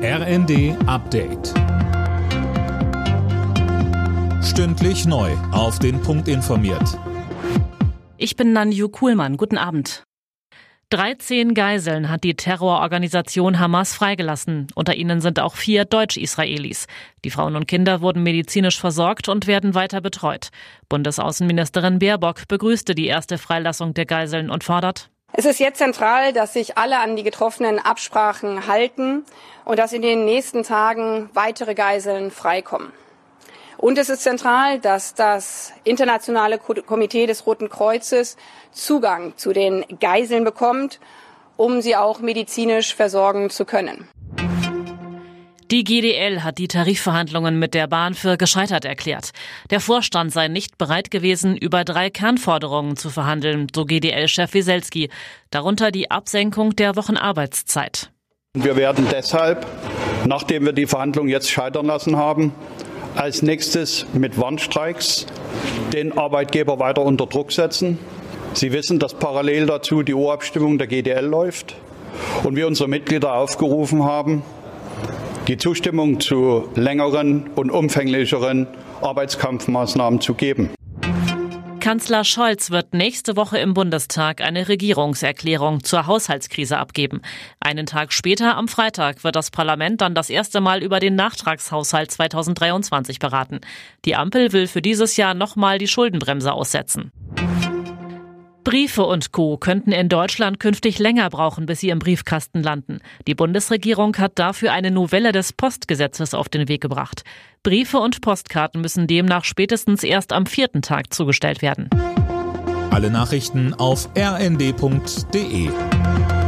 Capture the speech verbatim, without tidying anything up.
R N D Update. Stündlich neu auf den Punkt informiert. Ich bin Nanju Kuhlmann. Guten Abend. dreizehn Geiseln hat die Terrororganisation Hamas freigelassen. Unter ihnen sind auch vier Deutsch-Israelis. Die Frauen und Kinder wurden medizinisch versorgt und werden weiter betreut. Bundesaußenministerin Baerbock begrüßte die erste Freilassung der Geiseln und fordert: Es ist jetzt zentral, dass sich alle an die getroffenen Absprachen halten und dass in den nächsten Tagen weitere Geiseln freikommen. Und es ist zentral, dass das Internationale Komitee des Roten Kreuzes Zugang zu den Geiseln bekommt, um sie auch medizinisch versorgen zu können. Die G D L hat die Tarifverhandlungen mit der Bahn für gescheitert erklärt. Der Vorstand sei nicht bereit gewesen, über drei Kernforderungen zu verhandeln, so G D L-Chef Wieselski, darunter die Absenkung der Wochenarbeitszeit. Wir werden deshalb, nachdem wir die Verhandlungen jetzt scheitern lassen haben, als nächstes mit Warnstreiks den Arbeitgeber weiter unter Druck setzen. Sie wissen, dass parallel dazu die Urabstimmung der G D L läuft und wir unsere Mitglieder aufgerufen haben, die Zustimmung zu längeren und umfänglicheren Arbeitskampfmaßnahmen zu geben. Kanzler Scholz wird nächste Woche im Bundestag eine Regierungserklärung zur Haushaltskrise abgeben. Einen Tag später, am Freitag, wird das Parlament dann das erste Mal über den Nachtragshaushalt zweitausenddreiundzwanzig beraten. Die Ampel will für dieses Jahr nochmal die Schuldenbremse aussetzen. Briefe und Co. könnten in Deutschland künftig länger brauchen, bis sie im Briefkasten landen. Die Bundesregierung hat dafür eine Novelle des Postgesetzes auf den Weg gebracht. Briefe und Postkarten müssen demnach spätestens erst am vierten Tag zugestellt werden. Alle Nachrichten auf r n d punkt d e.